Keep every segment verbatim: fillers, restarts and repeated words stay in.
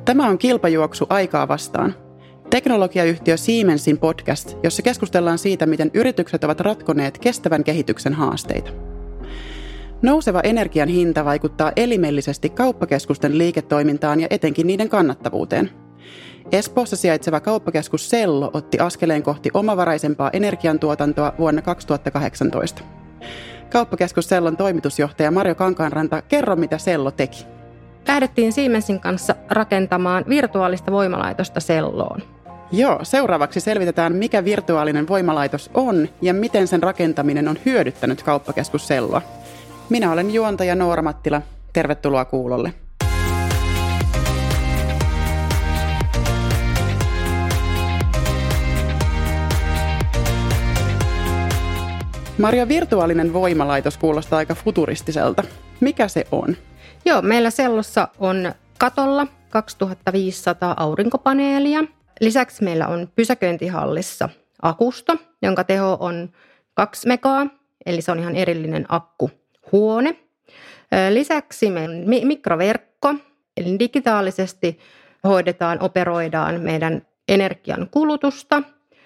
Tämä on Kilpajuoksu aikaa vastaan. Teknologiayhtiö Siemensin podcast, jossa keskustellaan siitä, miten yritykset ovat ratkoneet kestävän kehityksen haasteita. Nouseva energian hinta vaikuttaa elimellisesti kauppakeskusten liiketoimintaan ja etenkin niiden kannattavuuteen. Espoossa sijaitseva kauppakeskus Sello otti askeleen kohti omavaraisempaa energiantuotantoa vuonna kaksituhattakahdeksantoista. Kauppakeskus Sellon toimitusjohtaja Marjo Kankaanranta, kerro mitä Sello teki. Lähdettiin Siemensin kanssa rakentamaan virtuaalista voimalaitosta Selloon. Joo, seuraavaksi selvitetään, mikä virtuaalinen voimalaitos on ja miten sen rakentaminen on hyödyttänyt kauppakeskus Selloa. Minä olen juontaja Noora Mattila. Tervetuloa kuulolle. Marja, virtuaalinen voimalaitos kuulostaa aika futuristiselta. Mikä se on? Joo, meillä Sellossa on katolla kaksituhattaviisisataa aurinkopaneelia. Lisäksi meillä on pysäköintihallissa akusto, jonka teho on kaksi megaa, eli se on ihan erillinen akkuhuone. Lisäksi meillä on mikroverkko, eli digitaalisesti hoidetaan, operoidaan meidän energian kulutusta,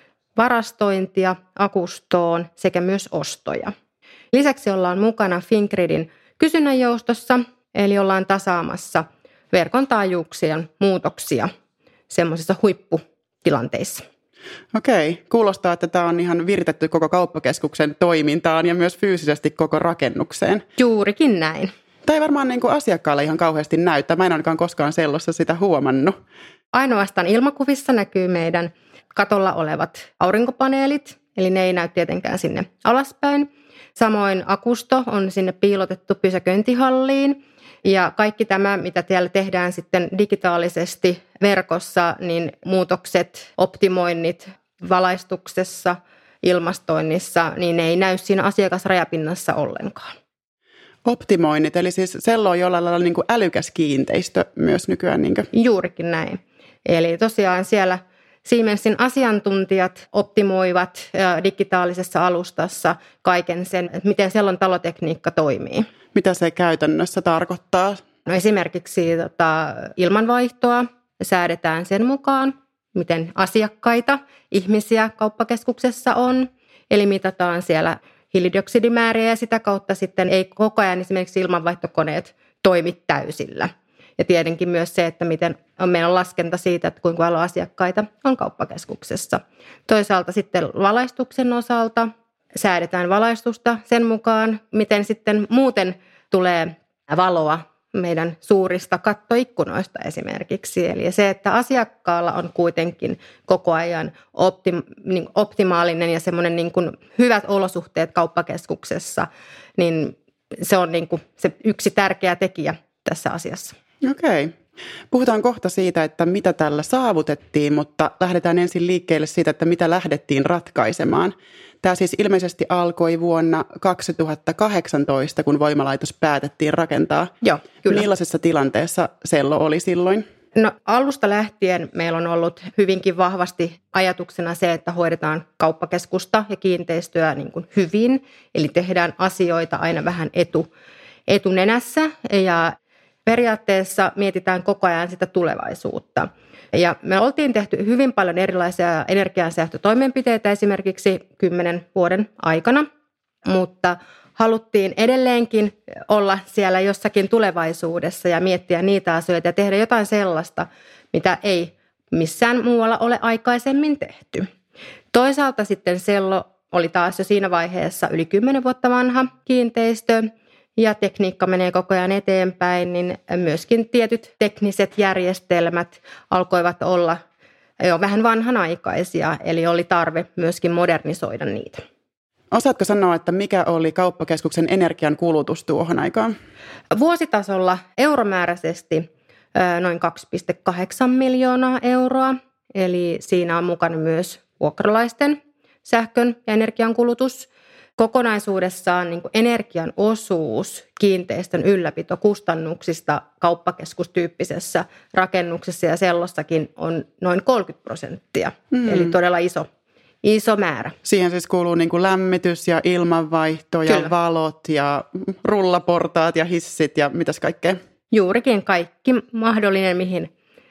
varastointia akustoon sekä myös ostoja. Lisäksi ollaan mukana Fingridin kysynnänjoustossa, eli ollaan tasaamassa verkon taajuuksien muutoksia semmoisissa huipputilanteissa. Okei, kuulostaa, että tämä on ihan viritetty koko kauppakeskuksen toimintaan ja myös fyysisesti koko rakennukseen. Juurikin näin. Tämä ei varmaan niin kuin asiakkaalle ihan kauheasti näyttää. Mä en ainakaan koskaan Sellossa sitä huomannut. Ainoastaan ilmakuvissa näkyy meidän katolla olevat aurinkopaneelit, eli ne ei näy tietenkään sinne alaspäin. Samoin akusto on sinne piilotettu pysäköintihalliin. Ja kaikki tämä, mitä siellä tehdään sitten digitaalisesti verkossa, niin muutokset, optimoinnit valaistuksessa, ilmastoinnissa, niin ne ei näy siinä asiakasrajapinnassa ollenkaan. Optimoinnit, eli siis Sello on jollain lailla niin kuin älykäs kiinteistö myös nykyään. Niin kuin. Juurikin näin. Eli tosiaan siellä Siemensin asiantuntijat optimoivat digitaalisessa alustassa kaiken sen, että miten Sellon talotekniikka toimii. Mitä se käytännössä tarkoittaa? No esimerkiksi tota, ilmanvaihtoa säädetään sen mukaan, miten asiakkaita, ihmisiä kauppakeskuksessa on. Eli mitataan siellä hiilidioksidimääriä ja sitä kautta sitten ei koko ajan esimerkiksi ilmanvaihtokoneet toimi täysillä. Ja tietenkin myös se, että miten on meillä laskenta siitä, että kuinka paljon asiakkaita on kauppakeskuksessa. Toisaalta sitten valaistuksen osalta säädetään valaistusta sen mukaan, miten sitten muuten tulee valoa meidän suurista kattoikkunoista esimerkiksi. Eli se, että asiakkaalla on kuitenkin koko ajan optim- niin optimaalinen ja semmoinen niin kuin hyvät olosuhteet kauppakeskuksessa, niin se on niin kuin se yksi tärkeä tekijä tässä asiassa. Okei. Puhutaan kohta siitä, että mitä tällä saavutettiin, mutta lähdetään ensin liikkeelle siitä, että mitä lähdettiin ratkaisemaan. Tämä siis ilmeisesti alkoi vuonna kaksituhattakahdeksantoista, kun voimalaitos päätettiin rakentaa. Joo, kyllä. Millaisessa tilanteessa Sello oli silloin? No alusta lähtien meillä on ollut hyvinkin vahvasti ajatuksena se, että hoidetaan kauppakeskusta ja kiinteistöä niin kuin hyvin. Eli tehdään asioita aina vähän etu, etunenässä ja periaatteessa mietitään koko ajan sitä tulevaisuutta. Ja me oltiin tehty hyvin paljon erilaisia energiansäästötoimenpiteitä esimerkiksi kymmenen vuoden aikana, mutta haluttiin edelleenkin olla siellä jossakin tulevaisuudessa ja miettiä niitä asioita ja tehdä jotain sellaista, mitä ei missään muualla ole aikaisemmin tehty. Toisaalta sitten Sello oli taas jo siinä vaiheessa yli kymmenen vuotta vanha kiinteistö, ja tekniikka menee koko ajan eteenpäin, niin myöskin tietyt tekniset järjestelmät alkoivat olla jo vähän vanhanaikaisia, eli oli tarve myöskin modernisoida niitä. Osaatko sanoa, että mikä oli kauppakeskuksen energian kulutus tuohon aikaan? Vuositasolla euromääräisesti noin kaksi pilkku kahdeksan miljoonaa euroa, eli siinä on mukana myös vuokralaisten sähkön ja energian kulutus. Kokonaisuudessaan niin kuin energian osuus kiinteistön ylläpitokustannuksista kauppakeskustyyppisessä rakennuksessa ja Sellossakin on noin kolmekymmentä prosenttia, mm. eli todella iso, iso määrä. Siihen siis kuuluu niin kuin lämmitys ja ilmanvaihto ja Kyllä. valot ja rullaportaat ja hissit ja mitäs kaikkea? Juurikin kaikki mahdollinen, mihin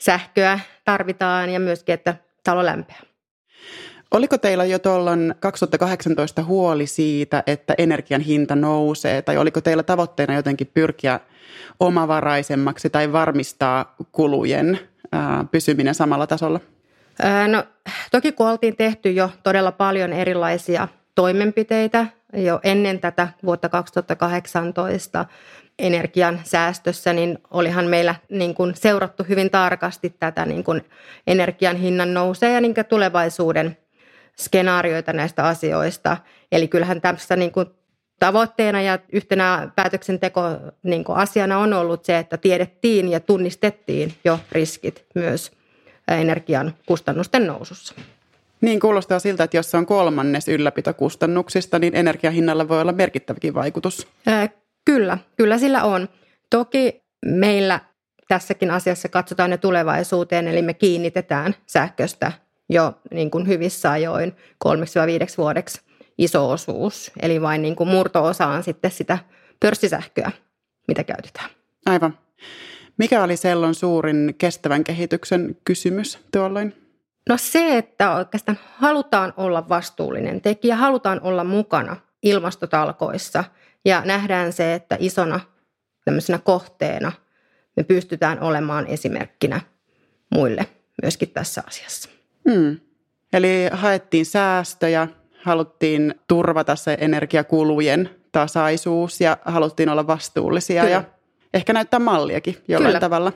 sähköä tarvitaan ja myöskin, että talo lämpeää. Oliko teillä jo tuolloin kaksituhattakahdeksantoista huoli siitä, että energian hinta nousee, tai oliko teillä tavoitteena jotenkin pyrkiä omavaraisemmaksi tai varmistaa kulujen ää, pysyminen samalla tasolla? No toki kun oltiin tehty jo todella paljon erilaisia toimenpiteitä jo ennen tätä vuotta kaksituhattakahdeksantoista energian säästössä, niin olihan meillä niin kuin seurattu hyvin tarkasti tätä niin kuin energian hinnan nousua ja niin kuin tulevaisuuden skenaarioita näistä asioista. Eli kyllähän tässä niin kuin tavoitteena ja yhtenä päätöksenteko niin kuin asiana on ollut se, että tiedettiin ja tunnistettiin jo riskit myös energian kustannusten nousussa. Niin, kuulostaa siltä, että jos se on kolmannes ylläpitokustannuksista, niin energiahinnalla voi olla merkittäväkin vaikutus. Ää, kyllä, kyllä sillä on. Toki meillä tässäkin asiassa katsotaan ne tulevaisuuteen, eli me kiinnitetään sähköstä jo niin kuin hyvissä ajoin kolmeksi vai viideksi vuodeksi iso osuus. Eli vain niin kuin murto-osa on sitten sitä pörssisähköä, mitä käytetään. Aivan. Mikä oli Sellon suurin kestävän kehityksen kysymys tuolloin? No se, että oikeastaan halutaan olla vastuullinen tekijä, halutaan olla mukana ilmastotalkoissa ja nähdään se, että isona tämmöisenä kohteena me pystytään olemaan esimerkkinä muille myöskin tässä asiassa. Hmm. Eli haettiin säästöjä, haluttiin turvata se energiakulujen tasaisuus ja haluttiin olla vastuullisia Kyllä. ja ehkä näyttää malliakin jollain Kyllä. tavalla.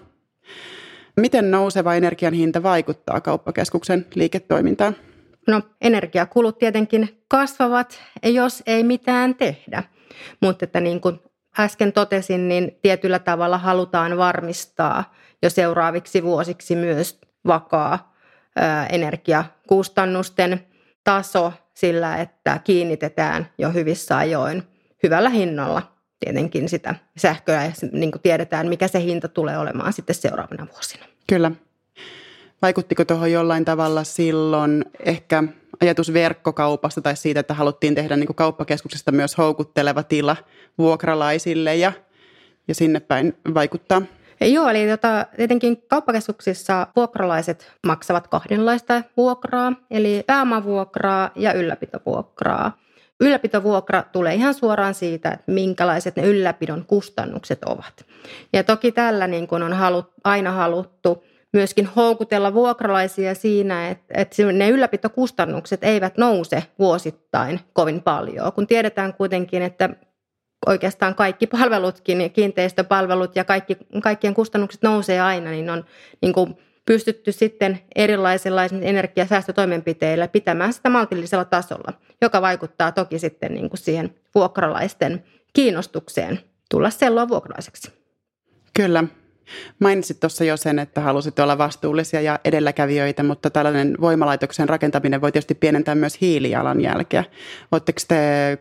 Miten nouseva energian hinta vaikuttaa kauppakeskuksen liiketoimintaan? No energiakulut tietenkin kasvavat, jos ei mitään tehdä. Mutta että niin kuin äsken totesin, niin tietyllä tavalla halutaan varmistaa jo seuraaviksi vuosiksi myös vakaa ää, energiakustannusten taso sillä, että kiinnitetään jo hyvissä ajoin hyvällä hinnalla tietenkin sitä sähköä ja niin kuin tiedetään, mikä se hinta tulee olemaan sitten seuraavana vuosina. Kyllä. Vaikuttiko tuohon jollain tavalla silloin ehkä ajatus verkkokaupasta tai siitä, että haluttiin tehdä niin kuin kauppakeskuksesta myös houkutteleva tila vuokralaisille ja, ja sinne päin vaikuttaa? Joo, eli tota, tietenkin kauppakeskuksissa vuokralaiset maksavat kahdenlaista vuokraa, eli pääomavuokraa ja ylläpitovuokraa. Ylläpitovuokra tulee ihan suoraan siitä, että minkälaiset ne ylläpidon kustannukset ovat. Ja toki tällä niin kuin on halut, aina haluttu myöskin houkutella vuokralaisia siinä, että, että ne ylläpitokustannukset eivät nouse vuosittain kovin paljon, kun tiedetään kuitenkin, että oikeastaan kaikki palvelutkin, kiinteistöpalvelut ja kaikki, kaikkien kustannukset nousee aina, niin on niin kuin pystytty sitten erilaisilla energiasäästötoimenpiteillä pitämään sitä maltillisella tasolla, joka vaikuttaa toki sitten niin kuin siihen vuokralaisten kiinnostukseen tulla Selloon vuokralaiseksi. Kyllä. Mainitsit tuossa jo sen, että halusit olla vastuullisia ja edelläkävijöitä, mutta tällainen voimalaitoksen rakentaminen voi tietysti pienentää myös hiilijalanjälkeä. Oletteko te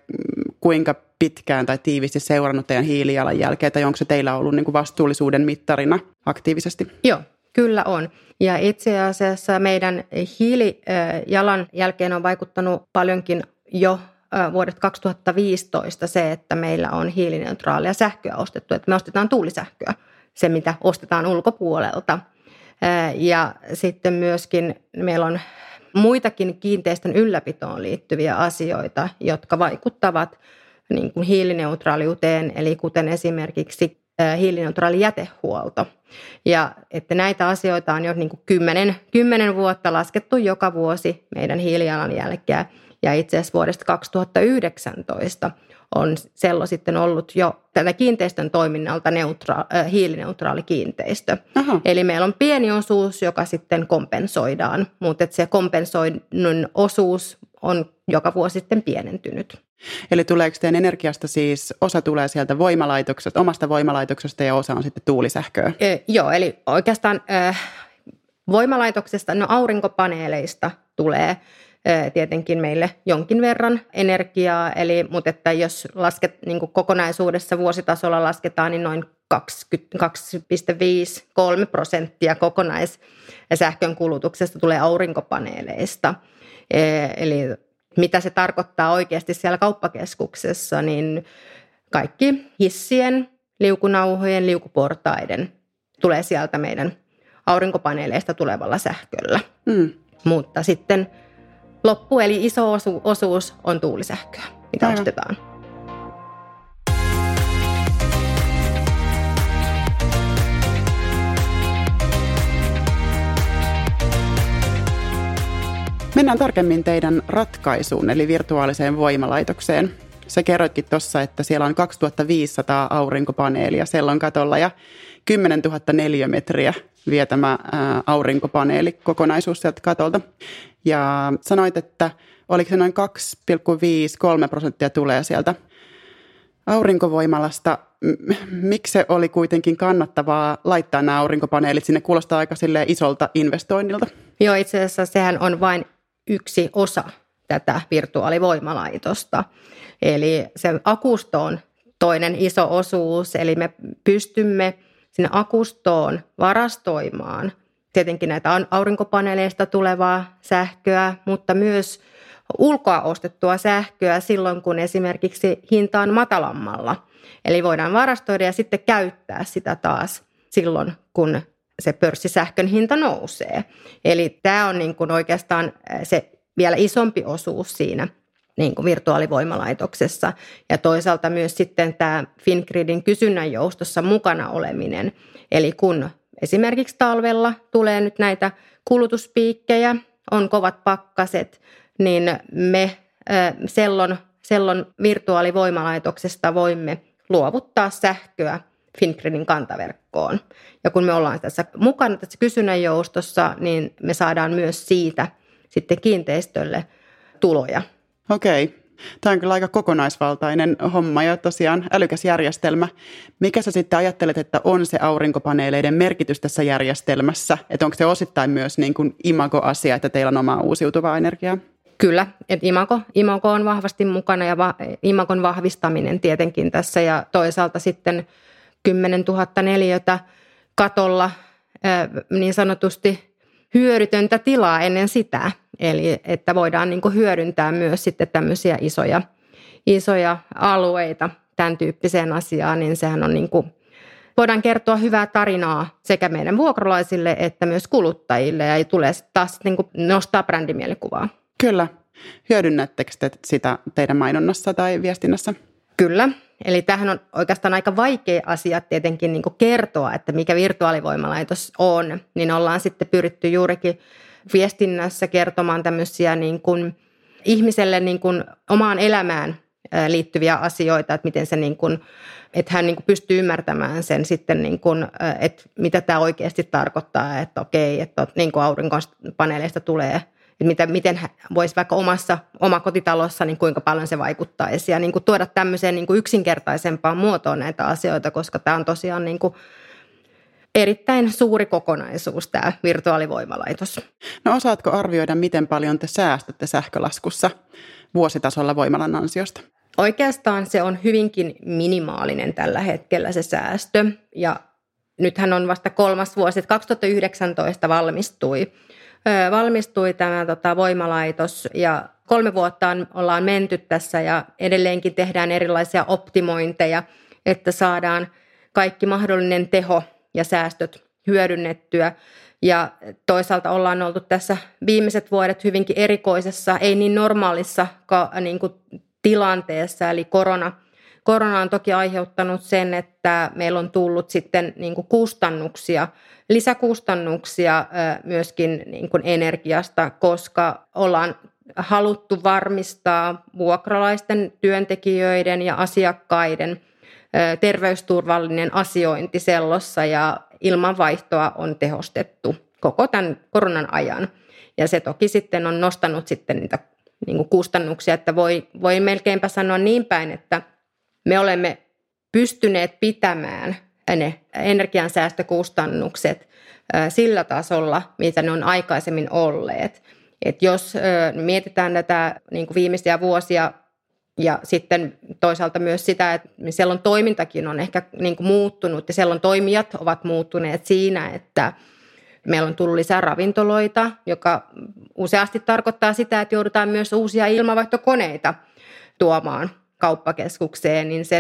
kuinka pitkään tai tiiviisti seurannut teidän hiilijalanjälkeä, tai onko se teillä ollut niin kuin vastuullisuuden mittarina aktiivisesti? Joo, kyllä on. Ja itse asiassa meidän hiilijalanjälkeen on vaikuttanut paljonkin jo vuodet kaksituhattaviisitoista se, että meillä on hiilineutraalia sähköä ostettu, että me ostetaan tuulisähköä. Se, mitä ostetaan ulkopuolelta. Ja sitten myöskin meillä on muitakin kiinteistön ylläpitoon liittyviä asioita, jotka vaikuttavat niin kuin hiilineutraaliuteen, eli kuten esimerkiksi hiilineutraali jätehuolto. Ja että näitä asioita on jo niin kuin kymmenen, kymmenen vuotta laskettu joka vuosi meidän hiilijalanjälkeä. Ja itse asiassa vuodesta kaksituhattayhdeksäntoista on Sello sitten ollut jo tätä kiinteistön toiminnalta neutra- äh, hiilineutraali kiinteistö. Aha. Eli meillä on pieni osuus, joka sitten kompensoidaan, mutta että se kompensoinnin osuus on joka vuosi sitten pienentynyt. Eli tuleeko teidän energiasta siis, osa tulee sieltä voimalaitoksesta, omasta voimalaitoksesta ja osa on sitten tuulisähköä? E, joo, eli oikeastaan äh, voimalaitoksesta, no aurinkopaneeleista tulee tietenkin meille jonkin verran energiaa, eli, mutta että jos lasket, niin kuin kokonaisuudessa vuositasolla lasketaan, niin noin kaksi pilkku viisi kolme prosenttia kokonaissähkön kulutuksesta tulee aurinkopaneeleista. Eli mitä se tarkoittaa oikeasti siellä kauppakeskuksessa, niin kaikki hissien, liukunauhojen, liukuportaiden tulee sieltä meidän aurinkopaneeleista tulevalla sähköllä. Mm. Mutta sitten loppu, eli iso osu, osuus on tuulisähköä, mitä Aivan. ostetaan. Mennään tarkemmin teidän ratkaisuun, eli virtuaaliseen voimalaitokseen. Sä kerroitkin tuossa, että siellä on kaksituhattaviisisataa aurinkopaneelia sellon katolla ja kymmenentuhatta neliömetriä vie tämä ää, aurinkopaneeli kokonaisuus sieltä katolta. Ja sanoit, että oliko se noin kaksi pilkku viisi kolme prosenttia tulee sieltä aurinkovoimalasta. Miksi se oli kuitenkin kannattavaa laittaa nämä aurinkopaneelit sinne? Kuulostaa aika silleen isolta investoinnilta. Joo, itse asiassa sehän on vain yksi osa tätä virtuaalivoimalaitosta. Eli se akusto on toinen iso osuus, eli me pystymme sinne akustoon varastoimaan tietenkin näitä aurinkopaneeleista tulevaa sähköä, mutta myös ulkoa ostettua sähköä silloin, kun esimerkiksi hinta on matalammalla. Eli voidaan varastoida ja sitten käyttää sitä taas silloin, kun se pörssisähkön hinta nousee. Eli tämä on niin kuin oikeastaan se vielä isompi osuus siinä niin kuin virtuaalivoimalaitoksessa. Ja toisaalta myös sitten tämä Fingridin kysynnän joustossa mukana oleminen. Eli kun esimerkiksi talvella tulee nyt näitä kulutuspiikkejä, on kovat pakkaset, niin me sellon, sellon virtuaalivoimalaitoksesta voimme luovuttaa sähköä Fingridin kantaverkkoon. Ja kun me ollaan tässä mukana tässä kysynnän joustossa, niin me saadaan myös siitä sitten kiinteistölle tuloja. Okei. Tämä on kyllä aika kokonaisvaltainen homma ja tosiaan älykäs järjestelmä. Mikä sä sitten ajattelet, että on se aurinkopaneeleiden merkitys tässä järjestelmässä? Että onko se osittain myös niin kuin imago-asia, että teillä on omaa uusiutuvaa energiaa? Kyllä, että imago, imago on vahvasti mukana ja va, imagon vahvistaminen tietenkin tässä ja toisaalta sitten kymmenentuhatta neliötä katolla niin sanotusti hyödytöntä tilaa ennen sitä. Eli että voidaan niin kuin hyödyntää myös sitten tämmöisiä isoja, isoja alueita tämän tyyppiseen asiaan, niin sehän on niin kuin, voidaan kertoa hyvää tarinaa sekä meidän vuokralaisille että myös kuluttajille ja tulee sitten taas niin kuin nostaa brändimielikuvaa. Kyllä. Hyödynnättekö te sitä teidän mainonnassa tai viestinnässä? Kyllä. Eli tämähän on oikeastaan aika vaikea asia tietenkin niin kuin kertoa, että mikä virtuaalivoimalaitos on. Niin ollaan sitten pyritty juurikin viestinnässä kertomaan tämmöisiä niin kuin ihmiselle niin kuin omaan elämään liittyviä asioita, että miten se niin kuin, että hän niin kuin pystyy ymmärtämään sen sitten, niin kuin, että mitä tämä oikeasti tarkoittaa, että okei, että niin kuin aurinkopaneeleista tulee, että mitä, miten voisi vaikka omassa omakotitalossa, niin kuinka paljon se vaikuttaisi ja niin kuin tuoda tämmöiseen niin kuin yksinkertaisempaan muotoon näitä asioita, koska tämä on tosiaan niin kuin erittäin suuri kokonaisuus tämä virtuaalivoimalaitos. No osaatko arvioida, miten paljon te säästätte sähkölaskussa vuositasolla voimalan ansiosta? Oikeastaan se on hyvinkin minimaalinen tällä hetkellä se säästö ja nythän on vasta kolmas vuosi, että kaksituhattayhdeksäntoista valmistui, öö, valmistui tämä tota, voimalaitos ja kolme vuotta on, ollaan menty tässä ja edelleenkin tehdään erilaisia optimointeja, että saadaan kaikki mahdollinen teho ja säästöt hyödynnettyä. Ja toisaalta ollaan oltu tässä viimeiset vuodet hyvinkin erikoisessa, ei niin normaalissa niin kuin tilanteessa, eli korona. Korona on toki aiheuttanut sen, että meillä on tullut sitten niin kuin kustannuksia, lisäkustannuksia myöskin niin kuin energiasta, koska ollaan haluttu varmistaa vuokralaisten, työntekijöiden ja asiakkaiden terveysturvallinen asiointi sellossa ja ilmanvaihtoa on tehostettu koko tämän koronan ajan. Ja se toki sitten on nostanut sitten niitä niin kuin kustannuksia, että voi, voi melkeinpä sanoa niin päin, että me olemme pystyneet pitämään ne energiansäästökustannukset sillä tasolla, mitä ne on aikaisemmin olleet. Et jos mietitään tätä niin kuin viimeisiä vuosia, ja sitten toisaalta myös sitä, että sellon toimintakin on ehkä niin kuin muuttunut ja sellon toimijat ovat muuttuneet siinä, että meillä on tullut lisää ravintoloita, joka useasti tarkoittaa sitä, että joudutaan myös uusia ilmavaihtokoneita tuomaan kauppakeskukseen, niin se, että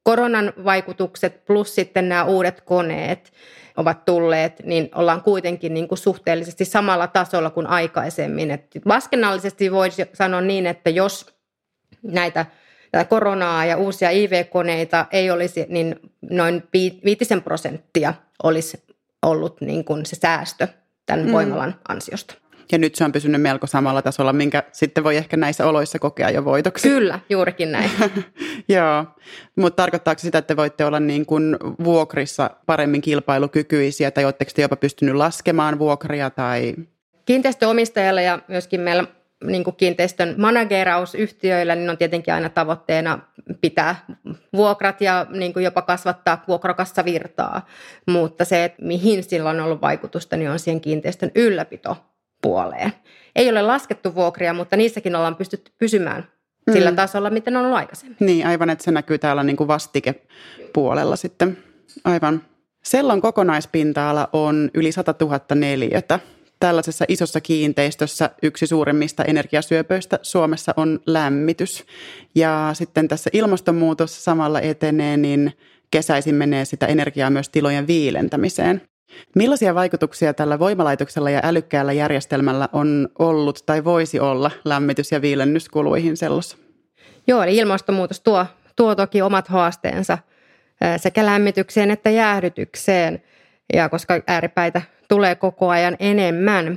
koronan vaikutukset plus sitten nämä uudet koneet ovat tulleet, niin ollaan kuitenkin niin kuin suhteellisesti samalla tasolla kuin aikaisemmin. Et laskennallisesti voisi sanoa niin, että jos näitä tätä koronaa ja uusia I V-koneita ei olisi, niin noin viitisen prosenttia olisi ollut niin kuin se säästö tämän mm. voimalan ansiosta. Ja nyt se on pysynyt melko samalla tasolla, minkä sitten voi ehkä näissä oloissa kokea jo voitoksi. Kyllä, juurikin näin. Joo, mutta tarkoittaako sitä, että voitte olla niin kuin vuokrissa paremmin kilpailukykyisiä, tai oletteko te jopa pystynyt laskemaan vuokria? Tai... Kiinteistöomistajalla ja myöskin meillä niin kuin kiinteistön managerausyhtiöillä niin on tietenkin aina tavoitteena pitää vuokrat ja niin kuin jopa kasvattaa vuokrakassavirtaa, mutta se, että mihin sillä on ollut vaikutusta, niin on siihen kiinteistön ylläpitopuoleen. Ei ole laskettu vuokria, mutta niissäkin ollaan pystytty pysymään mm. sillä tasolla, miten on ollut aikaisemmin. Niin, aivan, että se näkyy täällä niin kuin vastikepuolella sitten. Aivan. Sellon kokonaispinta-ala on yli sata tuhatta neliötä. Tällaisessa isossa kiinteistössä yksi suurimmista energiasyöpöistä Suomessa on lämmitys. Ja sitten tässä ilmastonmuutos samalla etenee, niin kesäisin menee sitä energiaa myös tilojen viilentämiseen. Millaisia vaikutuksia tällä voimalaitoksella ja älykkäällä järjestelmällä on ollut tai voisi olla lämmitys- ja viilennyskuluihin Sellossa? Joo, eli ilmastonmuutos tuo, tuo toki omat haasteensa sekä lämmitykseen että jäähdytykseen, ja koska ääripäitä tulee koko ajan enemmän.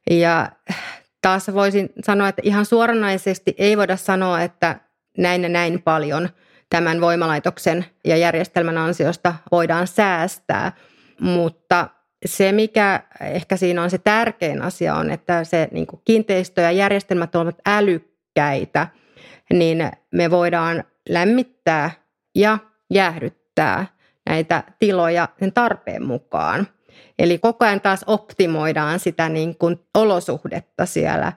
Ja taas voisin sanoa, että ihan suoranaisesti ei voida sanoa, että näin ja näin paljon tämän voimalaitoksen ja järjestelmän ansiosta voidaan säästää. Mutta se, mikä ehkä siinä on se tärkein asia, on, että se niin kuin kiinteistö ja järjestelmät ovat älykkäitä, niin me voidaan lämmittää ja jäähdyttää näitä tiloja sen tarpeen mukaan. Eli koko ajan taas optimoidaan sitä niin kuin olosuhdetta siellä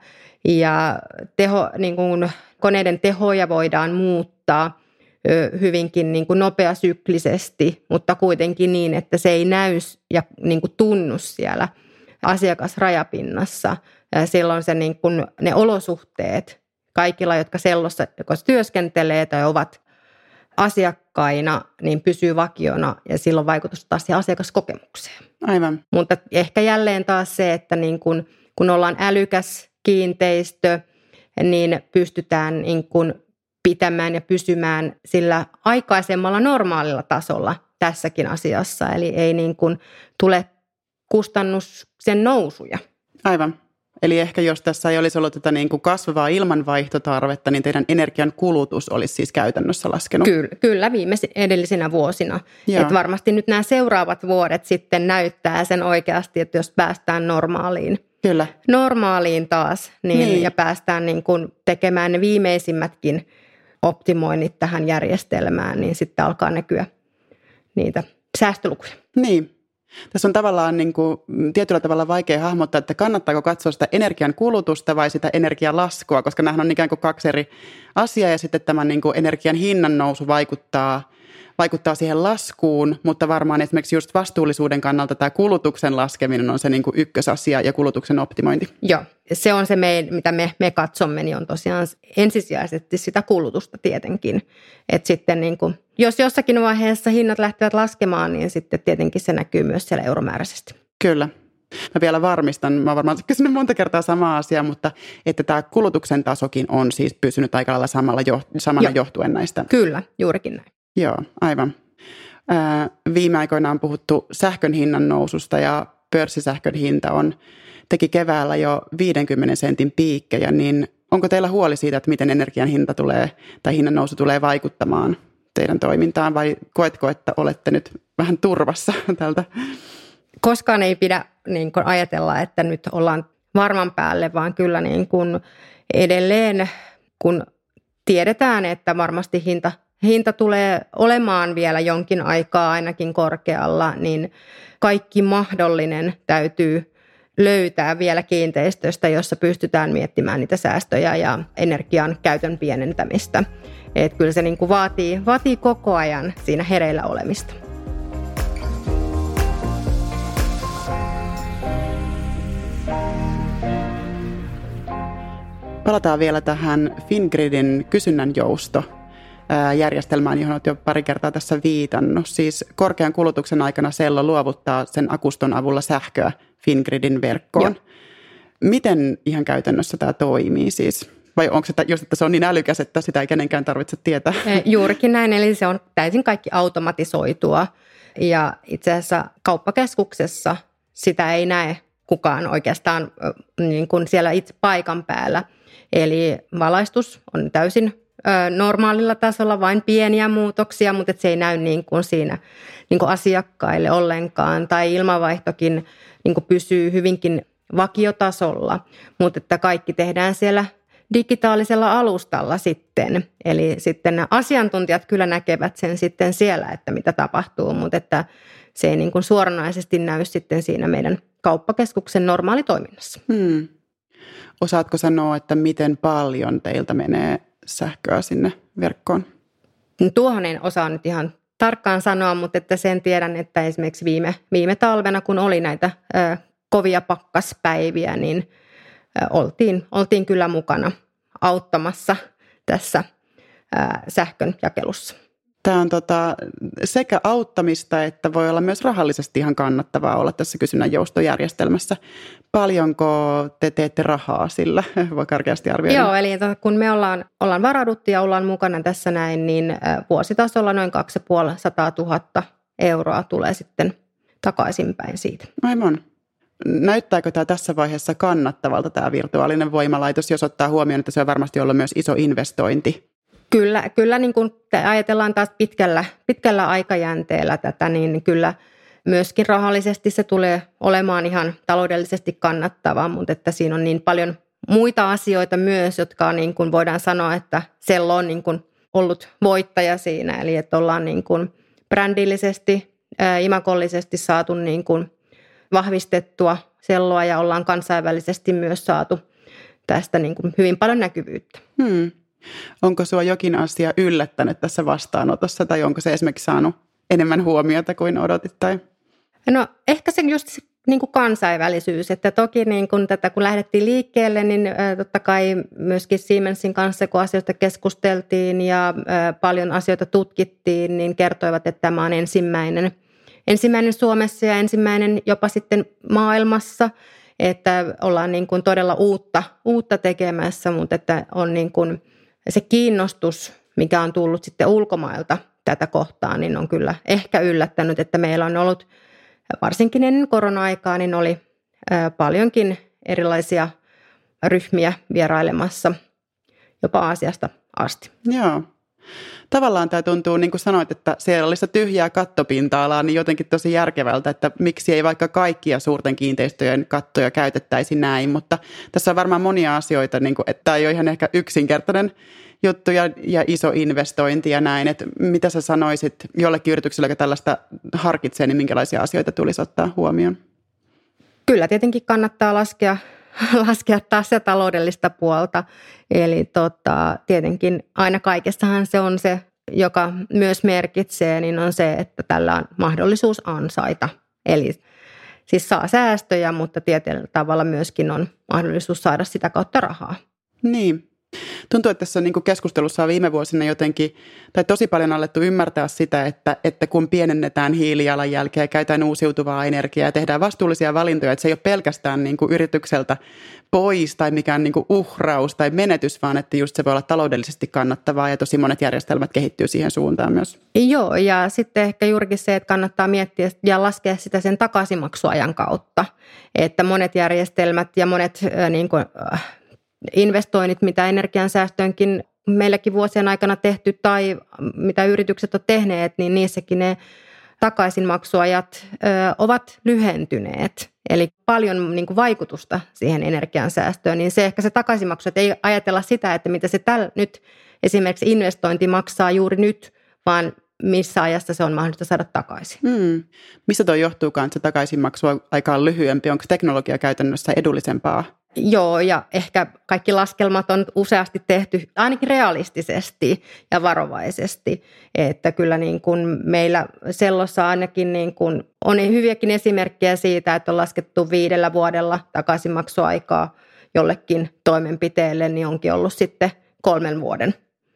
ja teho, niin kuin koneiden tehoja voidaan muuttaa hyvinkin niin kuin nopeasyklisesti, mutta kuitenkin niin, että se ei näy ja niin kuin tunnu siellä asiakasrajapinnassa. Ja silloin se niin kuin ne olosuhteet kaikilla, jotka Sellossa joko työskentelee tai ovat asiakkaina, niin pysyy vakiona ja silloin vaikutus taas siihen asiakaskokemukseen. Aivan. Mutta ehkä jälleen taas se, että niin kun, kun ollaan älykäs kiinteistö, niin pystytään niin kun pitämään ja pysymään sillä aikaisemmalla normaalilla tasolla tässäkin asiassa. Eli ei niin kun tule kustannuksen nousuja. Aivan. Eli ehkä jos tässä ei olisi ollut tätä niin kuin kasvavaa ilmanvaihtotarvetta, niin teidän energian kulutus olisi siis käytännössä laskenut. Kyllä, kyllä viime edellisinä vuosina. Että varmasti nyt nämä seuraavat vuodet sitten näyttää sen oikeasti, että jos päästään normaaliin, kyllä. normaaliin taas niin, niin. ja päästään niin kuin tekemään ne viimeisimmätkin optimoinnit tähän järjestelmään, niin sitten alkaa näkyä niitä säästölukuja. Niin. Tässä on tavallaan niin kuin, tietyllä tavalla vaikea hahmottaa, että kannattaako katsoa sitä energian kulutusta vai sitä energian laskua, koska nämä on ikään kuin kaksi eri asiaa ja sitten tämä niin kuin energian hinnan nousu vaikuttaa, vaikuttaa siihen laskuun, mutta varmaan esimerkiksi just vastuullisuuden kannalta tämä kulutuksen laskeminen on se niin kuin ykkösasia ja kulutuksen optimointi. Joo, se on se, me, mitä me, me katsomme, niin on tosiaan ensisijaisesti sitä kulutusta tietenkin. Että sitten niin kuin, jos jossakin vaiheessa hinnat lähtevät laskemaan, niin sitten tietenkin se näkyy myös siellä euromääräisesti. Kyllä. Mä vielä varmistan, mä oon varmaan kysynyt monta kertaa samaa asiaa, mutta että tämä kulutuksen tasokin on siis pysynyt aika lailla samalla jo, samana Joo. johtuen näistä. Kyllä, juurikin näin. Joo, aivan. Ää, viime aikoina on puhuttu sähkön hinnan noususta ja pörssisähkön hinta on, teki keväällä jo viidenkymmenen sentin piikkejä, niin onko teillä huoli siitä, että miten energian hinta tulee tai hinnan nousu tulee vaikuttamaan teidän toimintaan vai koetko, että olette nyt vähän turvassa tältä? Koskaan ei pidä niin kuin ajatella, että nyt ollaan varman päälle, vaan kyllä niin kuin edelleen, kun tiedetään, että varmasti hinta Hinta tulee olemaan vielä jonkin aikaa ainakin korkealla, niin kaikki mahdollinen täytyy löytää vielä kiinteistöstä, jossa pystytään miettimään niitä säästöjä ja energian käytön pienentämistä. Et kyllä se niin kuin vaatii, vaatii koko ajan siinä hereillä olemista. Palataan vielä tähän Fingridin kysynnän jousto järjestelmään, johon olet jo pari kertaa tässä viitannut. Siis korkean kulutuksen aikana Sello luovuttaa sen akuston avulla sähköä Fingridin verkkoon. Joo. Miten ihan käytännössä tämä toimii siis? Vai onko se just, että se on niin älykäs, että sitä ei kenenkään tarvitse tietää? Juurikin näin, eli se on täysin kaikki automatisoitua. Ja itse asiassa kauppakeskuksessa sitä ei näe kukaan oikeastaan niin kuin siellä itse paikan päällä. Eli valaistus on täysin normaalilla tasolla, vain pieniä muutoksia, mutta se ei näy niin kuin siinä niin kuin asiakkaille ollenkaan. Tai ilmanvaihtokin niin kuin pysyy hyvinkin vakiotasolla, mutta että kaikki tehdään siellä digitaalisella alustalla sitten. Eli sitten nämä asiantuntijat kyllä näkevät sen sitten siellä, että mitä tapahtuu, mutta että se ei niin kuin suoranaisesti näy sitten siinä meidän kauppakeskuksen normaalitoiminnassa. Hmm. Osaatko sanoa, että miten paljon teiltä menee sähköä sinne verkkoon? Tuohon en osaa nyt ihan tarkkaan sanoa, mutta että sen tiedän, että esimerkiksi viime, viime talvena, kun oli näitä ö, kovia pakkaspäiviä, niin ö, oltiin, oltiin kyllä mukana auttamassa tässä ö, sähkön jakelussa. Tämä on tota, sekä auttamista, että voi olla myös rahallisesti ihan kannattavaa olla tässä kysynnän joustojärjestelmässä. Paljonko te teette rahaa sillä? Voi karkeasti arvioida. Joo, eli kun me ollaan, ollaan varauduttu ja ollaan mukana tässä näin, niin vuositasolla noin kaksisataatuhatta euroa tulee sitten takaisinpäin siitä. Aivan. Näyttääkö tämä tässä vaiheessa kannattavalta tämä virtuaalinen voimalaitos, jos ottaa huomioon, että se on varmasti ollut myös iso investointi? Kyllä, kyllä niin kun ajatellaan taas pitkällä, pitkällä aikajänteellä tätä, niin kyllä myöskin rahallisesti se tulee olemaan ihan taloudellisesti kannattavaa, mutta että siinä on niin paljon muita asioita myös, jotka on niin kuin voidaan sanoa, että Sello on niin kuin ollut voittaja siinä, eli että ollaan niin kuin brändillisesti, ää, imagollisesti saatu niin kuin vahvistettua Selloa ja ollaan kansainvälisesti myös saatu tästä niin kuin hyvin paljon näkyvyyttä. Hmm. Onko sinua jokin asia yllättänyt tässä vastaanotossa tai onko se esimerkiksi saanut enemmän huomiota kuin odotit? Tai? No ehkä se just niin kuin kansainvälisyys, että toki niin kun, tätä, kun lähdettiin liikkeelle, niin ä, totta kai myöskin Siemensin kanssa, kun asioista keskusteltiin ja ä, paljon asioita tutkittiin, niin kertoivat, että tämä on ensimmäinen, ensimmäinen Suomessa ja ensimmäinen jopa sitten maailmassa, että ollaan niin kuin todella uutta, uutta tekemässä, mutta että on niin kuin se kiinnostus, mikä on tullut sitten ulkomailta tätä kohtaa, niin on kyllä ehkä yllättänyt, että meillä on ollut, varsinkin ennen korona-aikaa, niin oli paljonkin erilaisia ryhmiä vierailemassa jopa Aasiasta asti. Joo. Tavallaan tämä tuntuu, niin kuin sanoit, että siellä oli sitä tyhjää kattopinta-alaa, niin jotenkin tosi järkevältä, että miksi ei vaikka kaikkia suurten kiinteistöjen kattoja käytettäisi näin, mutta tässä on varmaan monia asioita, niin kuin, että tämä ei ole ihan ehkä yksinkertainen juttu ja, ja iso investointi ja näin, että mitä sä sanoisit jollekin yritykselle, joka tällaista harkitsee, niin minkälaisia asioita tulisi ottaa huomioon? Kyllä tietenkin kannattaa laskea laskea taas se taloudellista puolta. Eli tota, tietenkin aina kaikessahan se on se, joka myös merkitsee, niin on se, että tällä on mahdollisuus ansaita. Eli siis saa säästöjä, mutta tietyllä tavalla myöskin on mahdollisuus saada sitä kautta rahaa. Niin. Tuntuu, että tässä niin kuin keskustelussa on viime vuosina jotenkin, tai tosi paljon alettu ymmärtää sitä, että, että kun pienennetään hiilijalanjälkeä, käytetään uusiutuvaa energiaa ja tehdään vastuullisia valintoja, että se ei ole pelkästään niin kuin yritykseltä pois tai mikään niin kuin uhraus tai menetys, vaan että just se voi olla taloudellisesti kannattavaa ja tosi monet järjestelmät kehittyy siihen suuntaan myös. Joo, ja sitten ehkä juurikin se, että kannattaa miettiä ja laskea sitä sen takaisinmaksuajan kautta, että monet järjestelmät ja monet äh, niin kuin, äh, investoinnit, mitä energiansäästöönkin meilläkin vuosien aikana tehty tai mitä yritykset on tehneet, niin niissäkin ne takaisinmaksuajat ö, ovat lyhentyneet. Eli paljon niin kuin vaikutusta siihen energiansäästöön, niin se ehkä se takaisinmaksu, että ei ajatella sitä, että mitä se täl, nyt esimerkiksi investointi maksaa juuri nyt, vaan missä ajassa se on mahdollista saada takaisin. Hmm. Mistä tuo johtuukaan, että se takaisinmaksu aika on lyhyempi? Onko teknologia käytännössä edullisempaa? Joo, ja ehkä kaikki laskelmat on useasti tehty ainakin realistisesti ja varovaisesti, että kyllä niin kuin meillä Sellossa ainakin niin kuin on hyviäkin esimerkkejä siitä, että on laskettu viidellä vuodella takaisinmaksuaikaa jollekin toimenpiteelle, niin onkin ollut sitten kolmen vuoden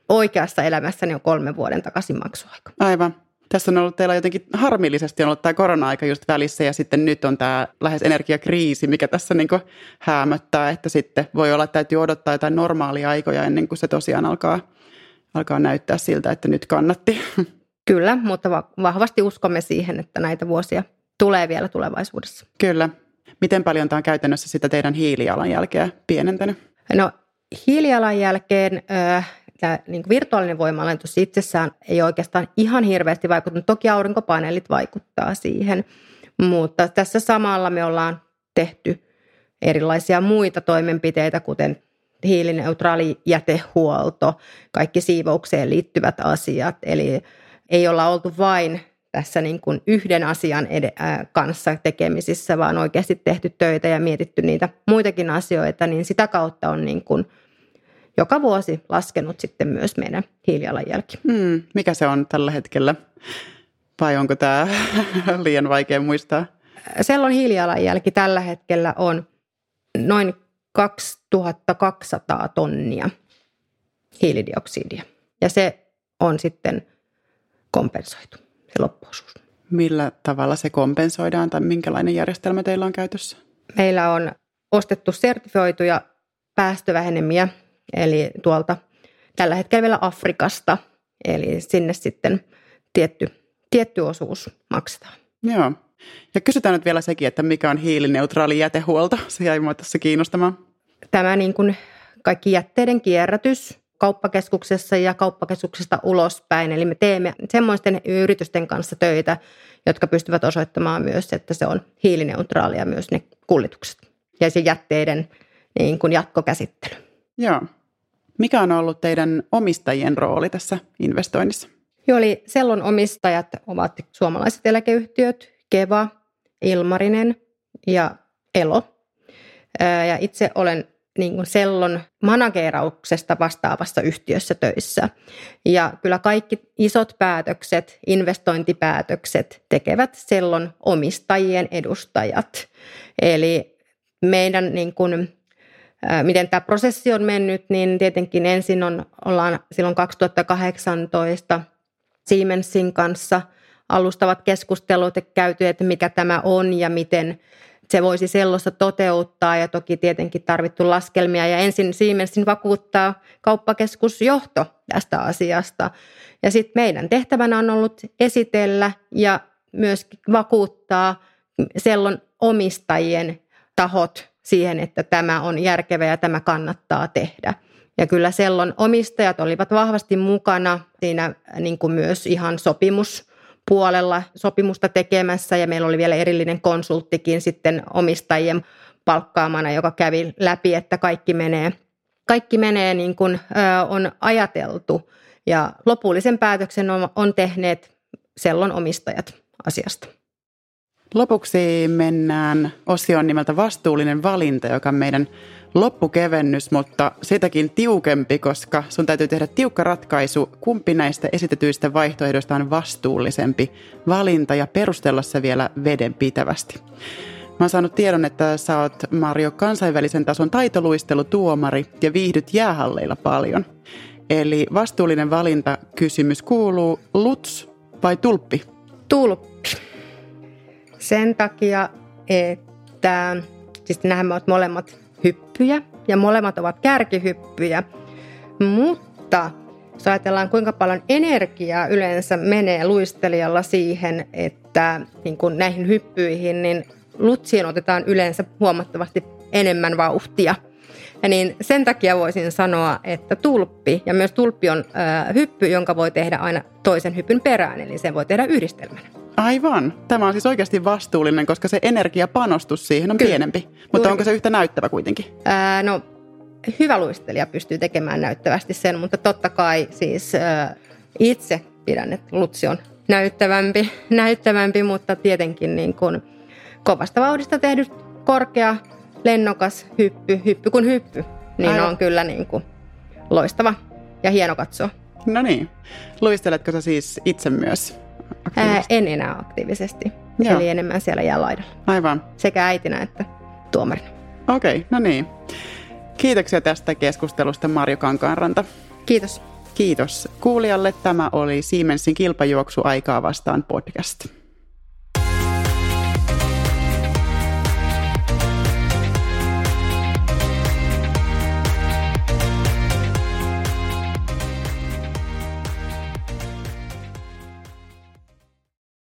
oikeassa elämässäni on kolmen vuoden takaisin maksuaika. Aivan. Tässä on ollut teillä jotenkin harmillisesti on ollut tämä korona-aika just välissä ja sitten nyt on tämä lähes energiakriisi, mikä tässä niin kuin häämöttää, että sitten voi olla, että täytyy odottaa jotain normaalia aikoja ennen kuin se tosiaan alkaa, alkaa näyttää siltä, että nyt kannatti. Kyllä, mutta vahvasti uskomme siihen, että näitä vuosia tulee vielä tulevaisuudessa. Kyllä. Miten paljon tämä on käytännössä sitä teidän hiilijalanjälkeä pienentänyt? No hiilijalanjälkeen äh, tämä niin kuin virtuaalinen voimanlaitos itsessään ei oikeastaan ihan hirveästi vaikuttanut. Toki aurinkopaneelit vaikuttaa siihen, mutta tässä samalla me ollaan tehty erilaisia muita toimenpiteitä, kuten hiilineutraali jätehuolto, kaikki siivoukseen liittyvät asiat. Eli ei olla oltu vain tässä niin kuin yhden asian ed- äh, kanssa tekemisissä, vaan oikeasti tehty töitä ja mietitty niitä muitakin asioita, niin sitä kautta on niin kuin joka vuosi laskenut sitten myös meidän hiilijalanjälki. Hmm, mikä se on tällä hetkellä? Vai onko tämä liian vaikea muistaa? Sellon hiilijalanjälki tällä hetkellä on noin kaksituhattakaksisataa tonnia hiilidioksidia. Ja se on sitten kompensoitu, se loppuosuus. Millä tavalla se kompensoidaan tai minkälainen järjestelmä teillä on käytössä? Meillä on ostettu sertifioituja päästövähenemiä, eli tuolta tällä hetkellä vielä Afrikasta, eli sinne sitten tietty, tietty osuus maksetaan. Joo. Ja kysytään nyt vielä sekin, että mikä on hiilineutraali jätehuolto. Se jäi minua tässä kiinnostamaan. Tämä niin kuin kaikki jätteiden kierrätys kauppakeskuksessa ja kauppakeskuksesta ulospäin. Eli me teemme semmoisten yritysten kanssa töitä, jotka pystyvät osoittamaan myös, että se on hiilineutraalia myös ne kuljetukset ja se jätteiden niin kuin jatkokäsittely. Joo. Mikä on ollut teidän omistajien rooli tässä investoinnissa? Joo, eli Sellon omistajat ovat suomalaiset eläkeyhtiöt, Keva, Ilmarinen ja Elo. Ja itse olen niin kuin Sellon manageerauksesta vastaavassa yhtiössä töissä. Ja kyllä kaikki isot päätökset, investointipäätökset tekevät Sellon omistajien edustajat. Eli meidän, niin kuin, miten tämä prosessi on mennyt, niin tietenkin ensin on, ollaan silloin kaksituhattakahdeksantoista Siemensin kanssa alustavat keskustelut käyty, että mikä tämä on ja miten se voisi Sellossa toteuttaa ja toki tietenkin tarvittu laskelmia ja ensin Siemensin vakuuttaa kauppakeskusjohto tästä asiasta. Ja sitten meidän tehtävänä on ollut esitellä ja myöskin vakuuttaa Sellon omistajien tahot siihen, että tämä on järkevä ja tämä kannattaa tehdä. Ja kyllä Sellon omistajat olivat vahvasti mukana siinä niin kuin myös ihan sopimuspuolella sopimusta tekemässä ja meillä oli vielä erillinen konsulttikin sitten omistajien palkkaamana, joka kävi läpi, että kaikki menee, kaikki menee niin kuin ö, on ajateltu ja lopullisen päätöksen on, on tehneet Sellon omistajat asiasta. Lopuksi mennään osioon nimeltä vastuullinen valinta, joka on meidän loppukevennys, mutta sitäkin tiukempi, koska sun täytyy tehdä tiukka ratkaisu, kumpi näistä esitetyistä vaihtoehdoista on vastuullisempi valinta ja perustella se vielä vedenpitävästi. Mä oon saanut tiedon, että sä oot, Marjo, kansainvälisen tason taitoluistelutuomari ja viihdyt jäähalleilla paljon. Eli vastuullinen valinta kysymys kuuluu, luts vai tulppi? Tulppi. Sen takia, että siis nämähän ovat molemmat hyppyjä ja molemmat ovat kärkihyppyjä, mutta jos ajatellaan kuinka paljon energiaa yleensä menee luistelijalla siihen, että niin kuin näihin hyppyihin, niin lutsiin otetaan yleensä huomattavasti enemmän vauhtia. Ja niin sen takia voisin sanoa, että tulppi, ja myös tulppi on äh, hyppy, jonka voi tehdä aina toisen hypyn perään, eli sen voi tehdä yhdistelmänä. Aivan. Tämä on siis oikeasti vastuullinen, koska se energiapanostus siihen on Kyllä. pienempi. Mutta Juuri. Onko se yhtä näyttävä kuitenkin? Ää, no, hyvä luistelija pystyy tekemään näyttävästi sen, mutta totta kai siis ää, itse pidän, että lutsi on näyttävämpi, näyttävämpi mutta tietenkin niin kuin kovasta vauhdista tehdyt korkea, lennokas hyppy, hyppy kuin hyppy, niin Aivan. on kyllä niin kuin loistava ja hieno katsoa. No niin. Luisteletko sä siis itse myös? Ää, en enää aktiivisesti, Joo. eli enemmän siellä jäälaidalla. Aivan. Sekä äitinä että tuomarina. Okei, okay, no niin. Kiitoksia tästä keskustelusta, Marjo Kankaanranta. Kiitos. Kiitos kuulijalle. Tämä oli Siemensin kilpajuoksu aikaa vastaan podcast.